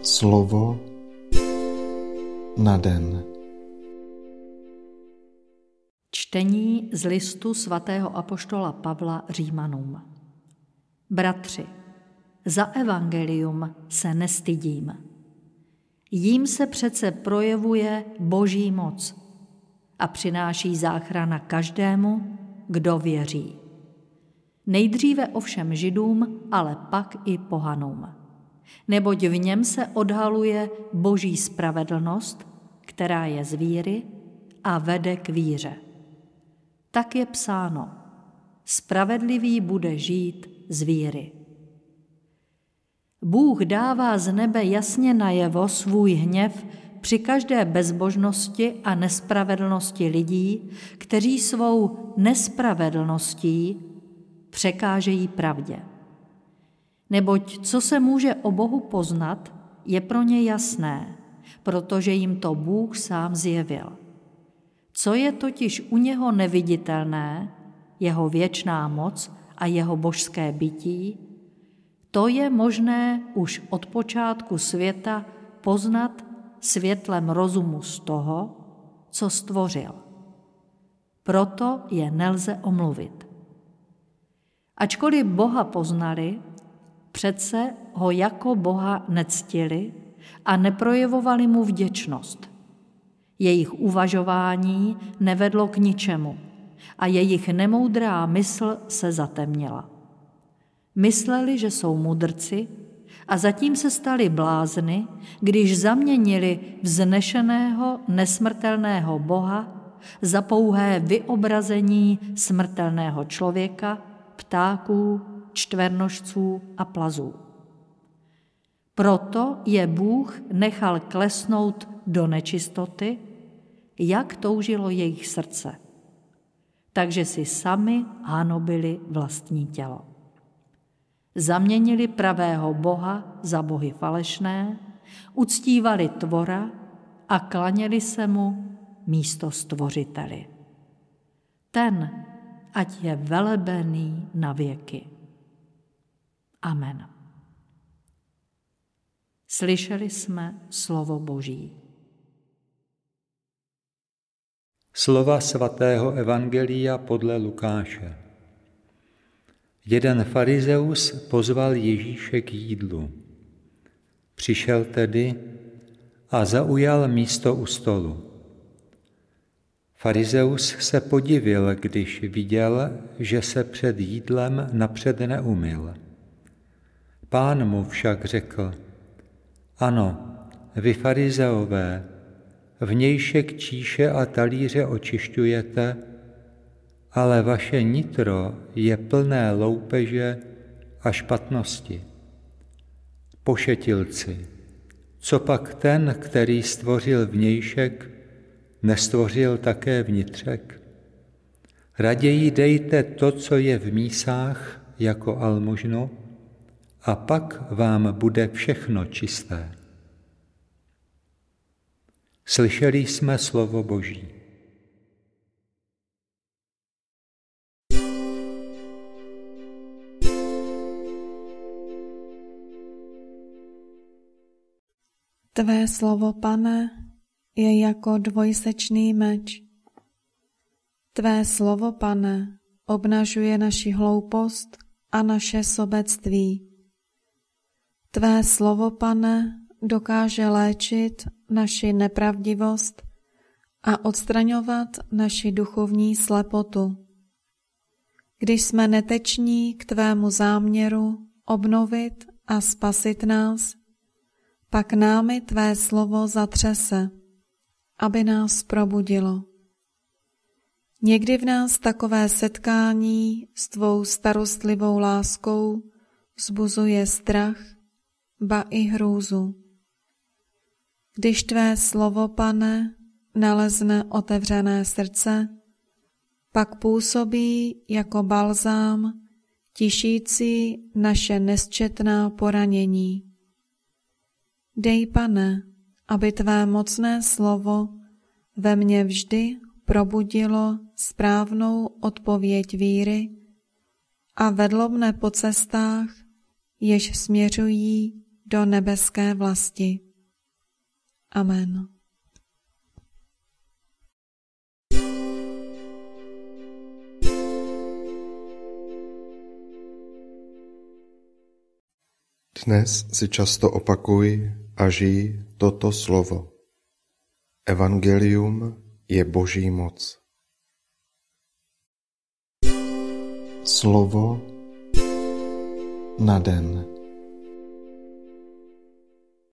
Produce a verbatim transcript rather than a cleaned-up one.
Slovo na den. Čtení z listu svatého apoštola Pavla Římanům. Bratři, za evangelium se nestydím. Jím se přece projevuje Boží moc a přináší záchrana každému, kdo věří. Nejdříve ovšem Židům, ale pak i pohanům. Neboť v něm se odhaluje Boží spravedlnost, která je z víry a vede k víře. Tak je psáno, spravedlivý bude žít z víry. Bůh dává z nebe jasně najevo svůj hněv při každé bezbožnosti a nespravedlnosti lidí, kteří svou nespravedlností překážejí pravdě. Neboť co se může o Bohu poznat, je pro ně jasné, protože jim to Bůh sám zjevil. Co je totiž u něho neviditelné, jeho věčná moc a jeho božské bytí, to je možné už od počátku světa poznat světlem rozumu z toho, co stvořil. Proto je nelze omluvit. Ačkoliv Boha poznali, přece ho jako Boha nectili a neprojevovali mu vděčnost. Jejich uvažování nevedlo k ničemu a jejich nemoudrá mysl se zatemnila. Mysleli, že jsou mudrci a zatím se stali blázny, když zaměnili vznešeného, nesmrtelného Boha za pouhé vyobrazení smrtelného člověka, ptáků, čtvernožců a plazů. Proto je Bůh nechal klesnout do nečistoty, jak toužilo jejich srdce. Takže si sami hanobili vlastní tělo. Zaměnili pravého Boha za bohy falešné, uctívali tvora a klaněli se mu místo stvořiteli. Ten, ať je velebený na věky. Amen. Slyšeli jsme slovo Boží. Slova svatého evangelia podle Lukáše. Jeden farizeus pozval Ježíše k jídlu. Přišel tedy a zaujal místo u stolu. Farizeus se podivil, když viděl, že se před jídlem napřed neumyl. Pán mu však řekl, ano, vy farizeové, vnějšek číše a talíře očišťujete, ale vaše nitro je plné loupeže a špatnosti. Pošetilci, copak ten, který stvořil vnějšek, nestvořil také vnitřek? Raději dejte to, co je v mísách, jako almužnu, a pak vám bude všechno čisté. Slyšeli jsme slovo Boží. Tvé slovo, Pane, je jako dvojsečný meč. Tvé slovo, Pane, obnažuje naši hloupost a naše sobectví. Tvé slovo, Pane, dokáže léčit naši nepravdivost a odstraňovat naši duchovní slepotu. Když jsme neteční k tvému záměru obnovit a spasit nás, pak námi tvé slovo zatřese, aby nás probudilo. Někdy v nás takové setkání s tvou starostlivou láskou vzbuzuje strach, ba i hrůzu. Když tvé slovo, Pane, nalezne otevřené srdce, pak působí jako balzám, tišící naše nesčetná poranění. Dej, Pane, aby tvé mocné slovo ve mně vždy probudilo správnou odpověď víry a vedlo mne po cestách, jež směřují do nebeské vlasti. Amen. Dnes si často opakuj a žij toto slovo. Evangelium je Boží moc. Slovo na den.